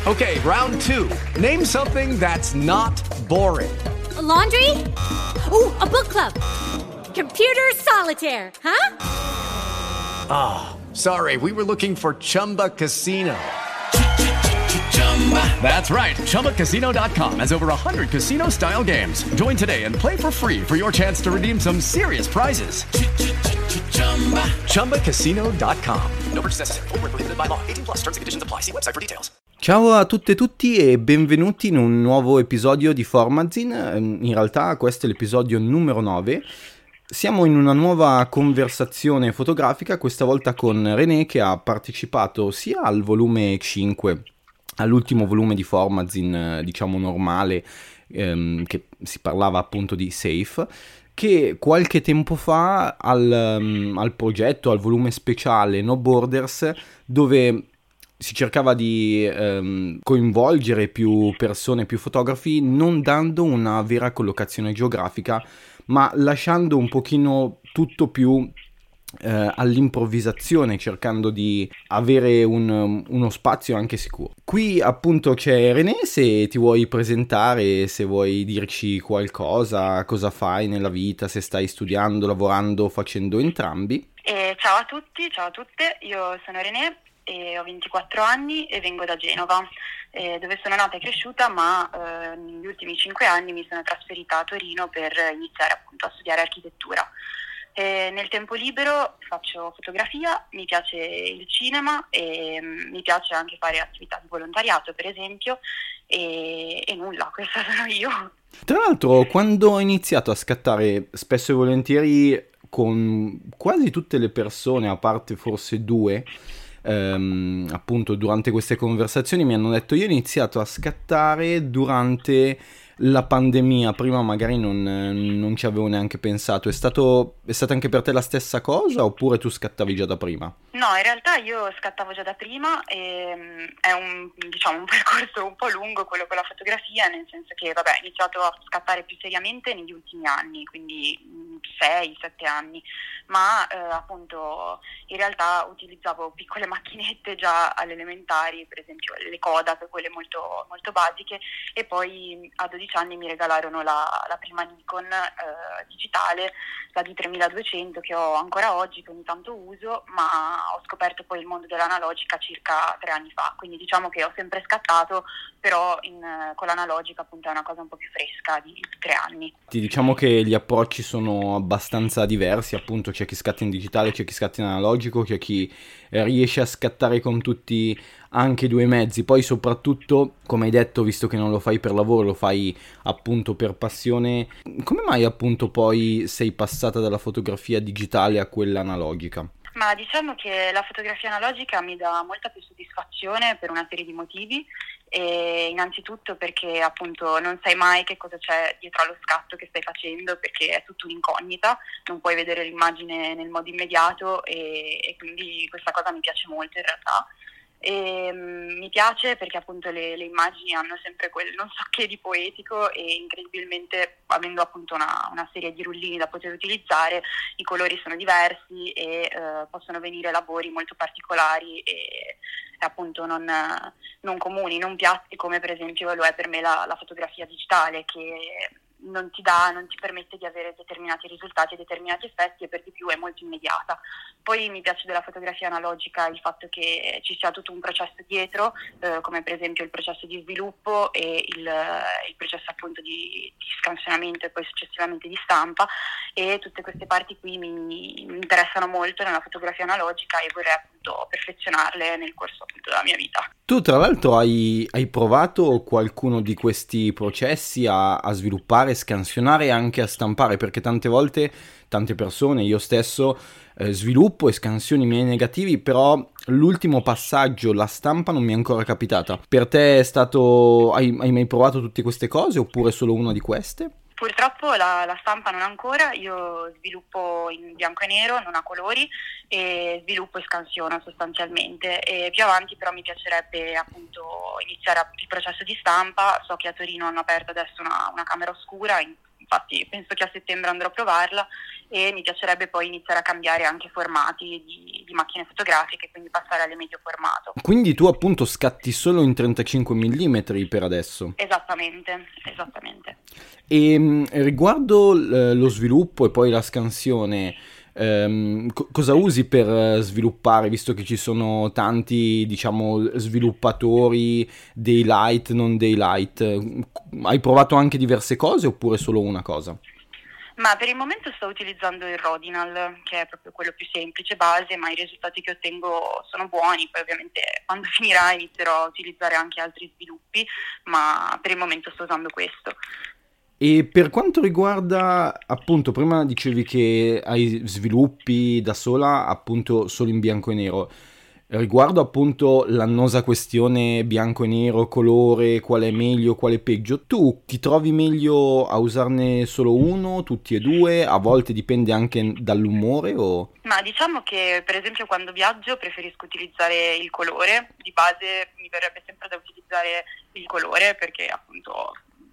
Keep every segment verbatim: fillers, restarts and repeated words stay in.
Okay, round two. Name something that's not boring. A laundry? Ooh, a book club. Computer solitaire, huh? Ah, oh, sorry, we were looking for Chumba Casino. That's right, Chumba Casino dot com has over one hundred casino-style games. Join today and play for free for your chance to redeem some serious prizes. Chumba Casino dot com. No purchase necessary. Void where prohibited by law. eighteen plus terms and conditions apply. See website for details. Ciao a tutte e tutti e benvenuti in un nuovo episodio di Formagazine. In realtà questo è l'episodio numero nove. Siamo in una nuova conversazione fotografica, questa volta con René, che ha partecipato sia al volume cinque, all'ultimo volume di Formagazine, diciamo normale, ehm, che si parlava appunto di Safe, che qualche tempo fa al, um, al progetto, al volume speciale No Borders, dove si cercava di um, coinvolgere più persone, più fotografi, non dando una vera collocazione geografica, ma lasciando un pochino tutto più eh, all'improvvisazione, cercando di avere un, uno spazio anche sicuro. Qui appunto c'è René, se ti vuoi presentare, se vuoi dirci qualcosa, cosa fai nella vita, se stai studiando, lavorando, facendo entrambi. Eh, ciao a tutti, ciao a tutte, io sono René e ho ventiquattro anni e vengo da Genova, eh, dove sono nata e cresciuta, ma eh, negli ultimi cinque anni mi sono trasferita a Torino per iniziare appunto a studiare architettura. E nel tempo libero faccio fotografia, mi piace il cinema e um, mi piace anche fare attività di volontariato, per esempio, e, e nulla, questa sono io. Tra l'altro, quando ho iniziato a scattare spesso e volentieri con quasi tutte le persone, a parte forse due, ehm, appunto durante queste conversazioni mi hanno detto: io ho iniziato a scattare durante la pandemia, prima magari non, non ci avevo neanche pensato. È stato è stata anche per te la stessa cosa oppure tu scattavi già da prima? No, in realtà io scattavo già da prima e um, è un, diciamo, un percorso un po' lungo quello con la fotografia, nel senso che vabbè, ho iniziato a scattare più seriamente negli ultimi anni, quindi sei sette anni, ma eh, appunto in realtà utilizzavo piccole macchinette già alle elementari, per esempio le Kodak, quelle molto, molto basiche, e poi a dodici anni mi regalarono la, la prima Nikon eh, digitale, la D tremiladuecento, che ho ancora oggi, che ogni tanto uso, ma ho scoperto poi il mondo dell'analogica circa tre anni fa, quindi diciamo che ho sempre scattato, però in, con l'analogica appunto è una cosa un po' più fresca di tre anni. Diciamo che gli approcci sono abbastanza diversi, appunto c'è chi scatta in digitale, c'è chi scatta in analogico, c'è chi riesce a scattare con tutti anche i due mezzi. Poi soprattutto, come hai detto, visto che non lo fai per lavoro, lo fai appunto per passione, come mai appunto poi sei passata dalla fotografia digitale a quella analogica? Ma diciamo che la fotografia analogica mi dà molta più soddisfazione per una serie di motivi, e innanzitutto perché appunto non sai mai che cosa c'è dietro allo scatto che stai facendo, perché è tutto un'incognita, non puoi vedere l'immagine nel modo immediato e, e quindi questa cosa mi piace molto in realtà. E, um, mi piace perché appunto le, le immagini hanno sempre quel non so che di poetico, e incredibilmente, avendo appunto una, una serie di rullini da poter utilizzare, i colori sono diversi e uh, possono venire lavori molto particolari e, e appunto non, non comuni, non piatti, come per esempio lo è per me la, la fotografia digitale, che non ti dà, non ti permette di avere determinati risultati e determinati effetti, e per di più è molto immediata. Poi mi piace della fotografia analogica il fatto che ci sia tutto un processo dietro, eh, come per esempio il processo di sviluppo e il, il processo appunto di, di scansionamento e poi successivamente di stampa, e tutte queste parti qui mi, mi interessano molto nella fotografia analogica e vorrei appunto perfezionarle nel corso appunto della mia vita. Tu tra l'altro hai, hai provato qualcuno di questi processi a, a sviluppare, scansionare e anche a stampare? Perché tante volte, tante persone, io stesso, eh, sviluppo e scansiono i miei negativi, però l'ultimo passaggio, la stampa, non mi è ancora capitata. Per te è stato, hai, hai mai provato tutte queste cose oppure solo una di queste? Purtroppo la, la stampa non ancora, io sviluppo in bianco e nero, non a colori, e sviluppo e scansiono sostanzialmente, e più avanti però mi piacerebbe appunto iniziare il processo di stampa. So che a Torino hanno aperto adesso una, una camera oscura in, infatti penso che a settembre andrò a provarla e mi piacerebbe poi iniziare a cambiare anche formati di, di macchine fotografiche, quindi passare alle medio formato. Quindi tu appunto scatti solo in trentacinque millimetri per adesso? Esattamente, esattamente. E mh, riguardo l- lo sviluppo e poi la scansione, ehm, co- cosa usi per eh, sviluppare, visto che ci sono tanti, diciamo, sviluppatori daylight, non daylight? Hai provato anche diverse cose oppure solo una cosa? Ma per il momento sto utilizzando il Rodinal, che è proprio quello più semplice, base, ma i risultati che ottengo sono buoni. Poi ovviamente quando finirà inizierò a utilizzare anche altri sviluppi, ma per il momento sto usando questo. E per quanto riguarda, appunto, prima dicevi che hai sviluppi da sola, appunto, solo in bianco e nero. Riguardo appunto l'annosa questione bianco e nero, colore, quale è meglio, quale è peggio, tu ti trovi meglio a usarne solo uno, tutti e due? A volte dipende anche dall'umore o... Ma diciamo che per esempio quando viaggio preferisco utilizzare il colore, di base mi verrebbe sempre da utilizzare il colore perché appunto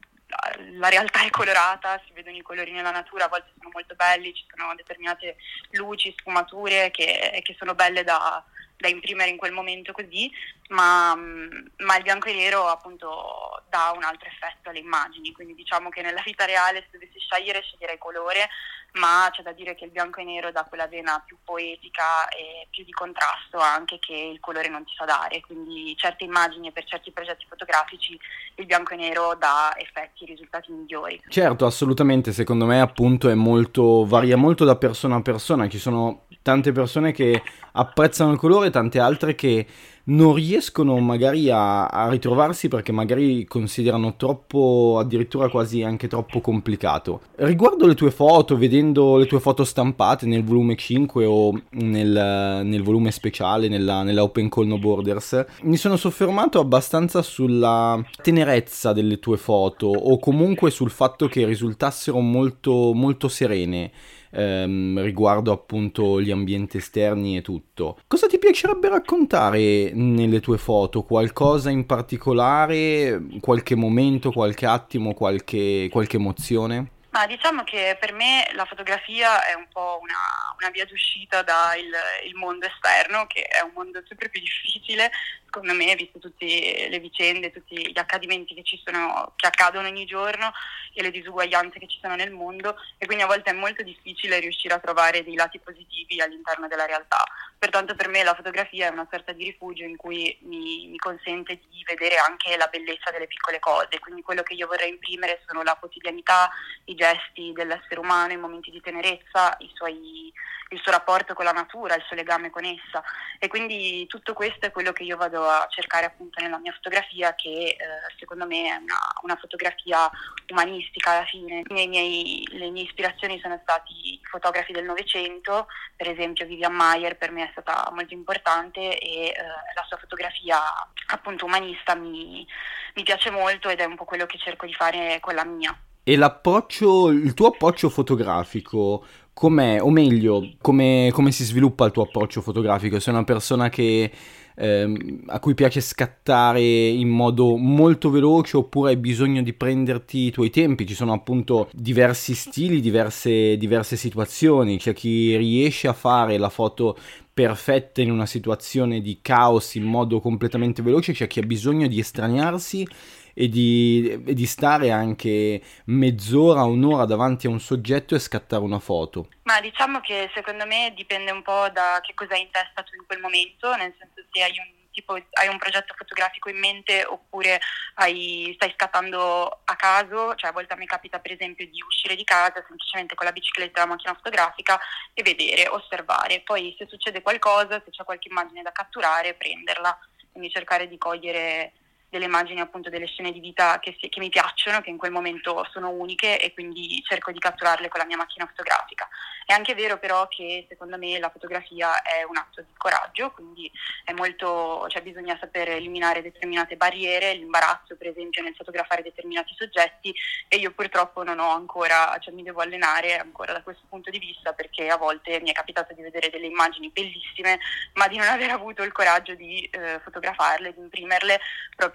la realtà è colorata, si vedono i colori nella natura, a volte sono molto belli, ci sono determinate luci, sfumature che, che sono belle da, da imprimere in quel momento così, ma, ma il bianco e nero appunto dà un altro effetto alle immagini, quindi diciamo che nella vita reale se dovessi scegliere sceglierei colore, ma c'è da dire che il bianco e nero dà quella vena più poetica e più di contrasto anche che il colore non ti sa dare, quindi certe immagini e per certi progetti fotografici il bianco e nero dà effetti e risultati migliori. Certo, assolutamente, secondo me appunto è molto, varia molto da persona a persona, ci sono tante persone che apprezzano il colore, tante altre che non riescono magari a, a ritrovarsi perché magari considerano troppo, addirittura quasi anche troppo complicato. Riguardo le tue foto, vedendo le tue foto stampate nel volume cinque o nel, nel volume speciale, nella, nella Open Call No Borders, mi sono soffermato abbastanza sulla tenerezza delle tue foto o comunque sul fatto che risultassero molto, molto serene. Ehm, riguardo appunto gli ambienti esterni e tutto. Cosa ti piacerebbe raccontare nelle tue foto? Qualcosa in particolare? Qualche momento, qualche attimo, qualche, qualche emozione? Ma diciamo che per me la fotografia è un po' una, una via d'uscita dal il mondo esterno, che è un mondo sempre più difficile, secondo me, visto tutte le vicende, tutti gli accadimenti che ci sono, che accadono ogni giorno e le disuguaglianze che ci sono nel mondo, e quindi a volte è molto difficile riuscire a trovare dei lati positivi all'interno della realtà. Pertanto per me la fotografia è una sorta di rifugio in cui mi, mi consente di vedere anche la bellezza delle piccole cose, quindi quello che io vorrei imprimere sono la quotidianità, i gesti dell'essere umano, i momenti di tenerezza, i suoi, il suo rapporto con la natura, il suo legame con essa, e quindi tutto questo è quello che io vado a cercare appunto nella mia fotografia, che eh, secondo me è una, una fotografia umanistica alla fine. I miei, le mie ispirazioni sono stati i fotografi del Novecento, per esempio Vivian Maier per me è stata molto importante e eh, la sua fotografia appunto umanista mi, mi piace molto ed è un po' quello che cerco di fare con la mia. E l'approccio, il tuo approccio fotografico, com'è? O meglio, come, come si sviluppa il tuo approccio fotografico? Sei una persona che, ehm, a cui piace scattare in modo molto veloce oppure hai bisogno di prenderti i tuoi tempi? Ci sono appunto diversi stili, diverse, diverse situazioni. C'è chi riesce a fare la foto perfetta in una situazione di caos in modo completamente veloce, c'è chi ha bisogno di estraniarsi e di, e di stare anche mezz'ora, un'ora davanti a un soggetto e scattare una foto. Ma diciamo che secondo me dipende un po' da che cosa hai in testa tu in quel momento, nel senso se hai un tipo hai un progetto fotografico in mente oppure hai, stai scattando a caso, cioè a volte a me capita per esempio di uscire di casa semplicemente con la bicicletta e la macchina fotografica e vedere, osservare, poi se succede qualcosa, se c'è qualche immagine da catturare, prenderla, quindi cercare di cogliere delle immagini appunto delle scene di vita che, si, che mi piacciono, che in quel momento sono uniche e quindi cerco di catturarle con la mia macchina fotografica. È anche vero però che secondo me la fotografia è un atto di coraggio, quindi è molto, cioè bisogna saper eliminare determinate barriere, l'imbarazzo per esempio nel fotografare determinati soggetti, e io purtroppo non ho ancora, cioè mi devo allenare ancora da questo punto di vista, perché a volte mi è capitato di vedere delle immagini bellissime ma di non aver avuto il coraggio di eh, fotografarle, di imprimerle, proprio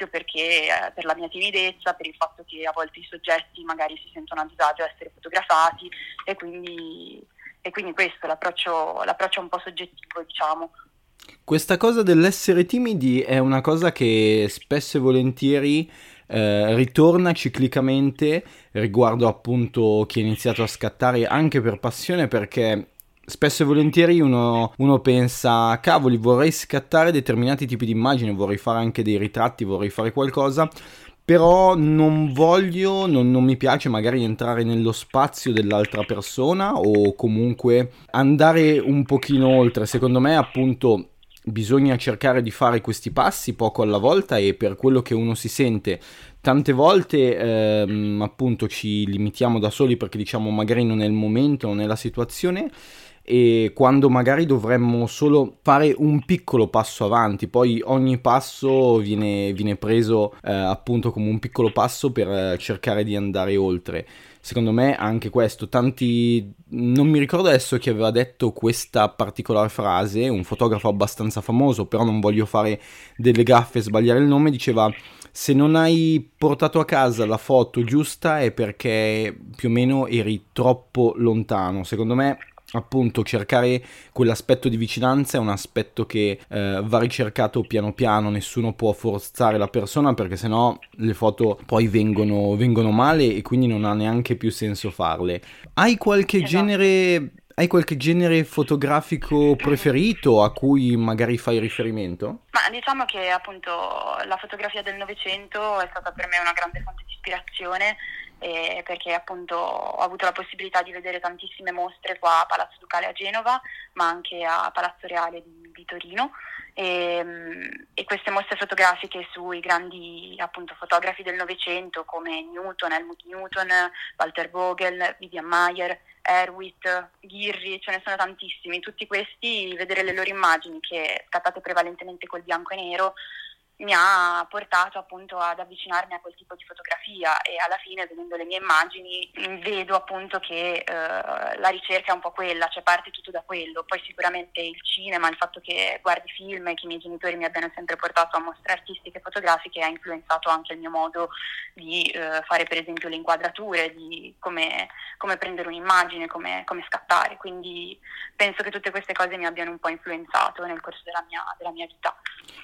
proprio perché eh, per la mia timidezza, per il fatto che a volte i soggetti magari si sentono a disagio a essere fotografati e quindi, e quindi questo, l'approccio, l'approccio è un po' soggettivo, diciamo. Questa cosa dell'essere timidi è una cosa che spesso e volentieri eh, ritorna ciclicamente riguardo appunto chi ha iniziato a scattare anche per passione, perché spesso e volentieri uno, uno pensa, cavoli, vorrei scattare determinati tipi di immagini, vorrei fare anche dei ritratti, vorrei fare qualcosa, però non voglio, non, non mi piace magari entrare nello spazio dell'altra persona o comunque andare un pochino oltre. Secondo me appunto bisogna cercare di fare questi passi poco alla volta e per quello che uno si sente. Tante volte ehm, appunto ci limitiamo da soli perché diciamo magari non è il momento, non è la situazione, e quando magari dovremmo solo fare un piccolo passo avanti, poi ogni passo viene, viene preso eh, appunto come un piccolo passo per eh, cercare di andare oltre. Secondo me anche questo, tanti, non mi ricordo adesso chi aveva detto questa particolare frase, un fotografo abbastanza famoso, però non voglio fare delle gaffe e sbagliare il nome, diceva: se non hai portato a casa la foto giusta è perché più o meno eri troppo lontano. Secondo me appunto cercare quell'aspetto di vicinanza è un aspetto che eh, va ricercato piano piano, nessuno può forzare la persona perché sennò le foto poi vengono, vengono male e quindi non ha neanche più senso farle. Hai qualche Esatto. genere, hai qualche genere fotografico preferito a cui magari fai riferimento? Ma diciamo che appunto la fotografia del Novecento è stata per me una grande fonte di ispirazione, eh, perché appunto ho avuto la possibilità di vedere tantissime mostre qua a Palazzo Ducale a Genova, ma anche a Palazzo Reale di, di Torino, e, e queste mostre fotografiche sui grandi appunto fotografi del Novecento come Newton, Helmut Newton, Walter Vogel, Vivian Maier, Erwitt, Ghirri, ce ne sono tantissimi. Tutti questi, vedere le loro immagini che scattate prevalentemente col bianco e nero mi ha portato appunto ad avvicinarmi a quel tipo di fotografia, e alla fine vedendo le mie immagini vedo appunto che eh, la ricerca è un po' quella, cioè parte tutto da quello. Poi sicuramente il cinema, il fatto che guardi film e che i miei genitori mi abbiano sempre portato a mostre artistiche e fotografiche ha influenzato anche il mio modo di eh, fare per esempio le inquadrature, di come, come prendere un'immagine, come, come scattare. Quindi penso che tutte queste cose mi abbiano un po' influenzato nel corso della mia, della mia vita.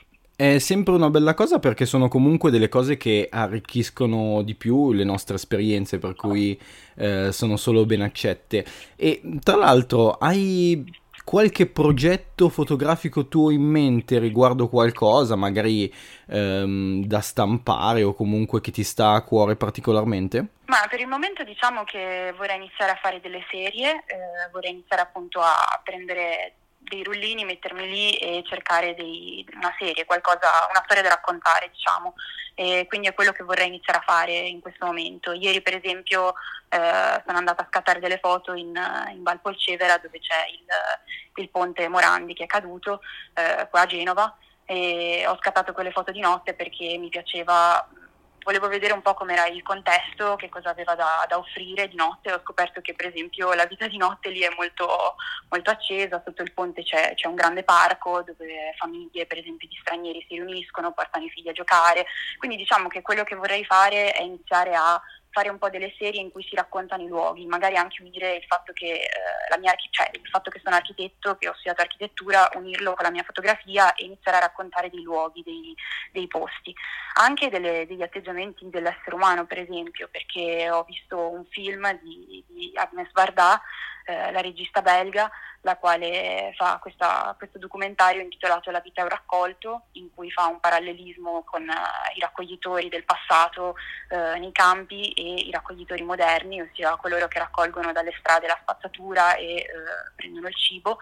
È sempre una bella cosa perché sono comunque delle cose che arricchiscono di più le nostre esperienze, per cui eh, sono solo ben accette. E tra l'altro hai qualche progetto fotografico tuo in mente riguardo qualcosa, magari ehm, da stampare o comunque che ti sta a cuore particolarmente? Ma per il momento diciamo che vorrei iniziare a fare delle serie, eh, vorrei iniziare appunto a prendere dei rullini, mettermi lì e cercare dei, una serie, qualcosa, una storia da raccontare, diciamo, e quindi è quello che vorrei iniziare a fare in questo momento. Ieri per esempio eh, sono andata a scattare delle foto in, in Val Polcevera, dove c'è il, il ponte Morandi che è caduto, eh, qua a Genova, e ho scattato quelle foto di notte perché mi piaceva. Volevo vedere un po' com'era il contesto, che cosa aveva da, da offrire di notte. Ho scoperto che per esempio la vita di notte lì è molto, molto accesa, sotto il ponte c'è, c'è un grande parco dove famiglie per esempio di stranieri si riuniscono, portano i figli a giocare, quindi diciamo che quello che vorrei fare è iniziare a fare un po' delle serie in cui si raccontano i luoghi, magari anche unire il fatto che eh, la mia archi- cioè il fatto che sono architetto, che ho studiato architettura, unirlo con la mia fotografia e iniziare a raccontare dei luoghi, dei, dei posti, anche delle, degli atteggiamenti dell'essere umano per esempio, perché ho visto un film di, di Agnès Varda, eh, la regista belga, la quale fa questa, questo documentario intitolato La vita è un raccolto, in cui fa un parallelismo con uh, i raccoglitori del passato uh, nei campi e i raccoglitori moderni, ossia coloro che raccolgono dalle strade la spazzatura e uh, prendono il cibo.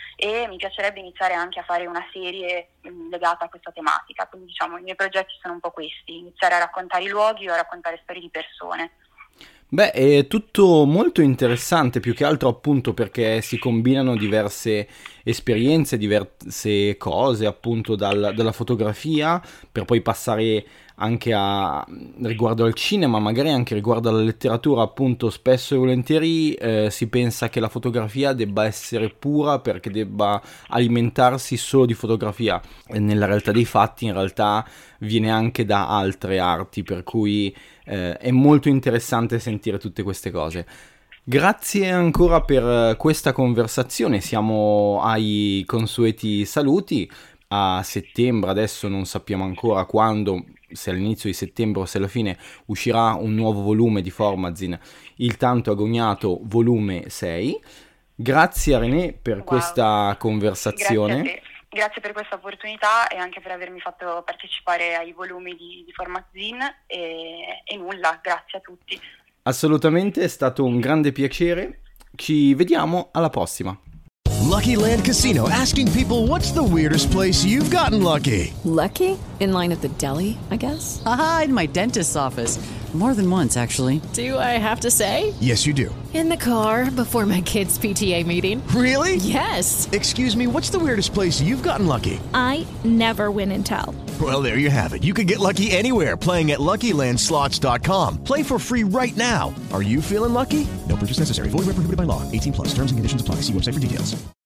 E mi piacerebbe iniziare anche a fare una serie mh, legata a questa tematica, quindi diciamo i miei progetti sono un po' questi: iniziare a raccontare i luoghi o a raccontare storie di persone. Beh, è tutto molto interessante, più che altro appunto perché si combinano diverse esperienze, diverse cose appunto dal- dalla fotografia, per poi passare anche a riguardo al cinema, magari anche riguardo alla letteratura. Appunto spesso e volentieri eh, si pensa che la fotografia debba essere pura perché debba alimentarsi solo di fotografia, e nella realtà dei fatti in realtà viene anche da altre arti, per cui eh, è molto interessante sentire tutte queste cose. Grazie ancora per questa conversazione, siamo ai consueti saluti. A settembre, adesso non sappiamo ancora quando, se all'inizio di settembre o se alla fine, uscirà un nuovo volume di Formagazine, il tanto agognato volume sei. Grazie a René per wow. questa conversazione. Grazie a te. Grazie per questa opportunità e anche per avermi fatto partecipare ai volumi di, di Formagazine e, e nulla, grazie a tutti. Assolutamente, è stato un grande piacere, ci vediamo alla prossima. Lucky Land Casino, asking people, what's the weirdest place you've gotten lucky? Lucky? In line at the deli, I guess? Aha, in my dentist's office. More than once, actually. Do I have to say? Yes, you do. In the car before my kids' P T A meeting. Really? Yes. Excuse me, what's the weirdest place you've gotten lucky? I never win and tell. Well, there you have it. You can get lucky anywhere, playing at Lucky Land Slots dot com. Play for free right now. Are you feeling lucky? No purchase necessary. Void where prohibited by law. eighteen plus. Terms and conditions apply. See website for details.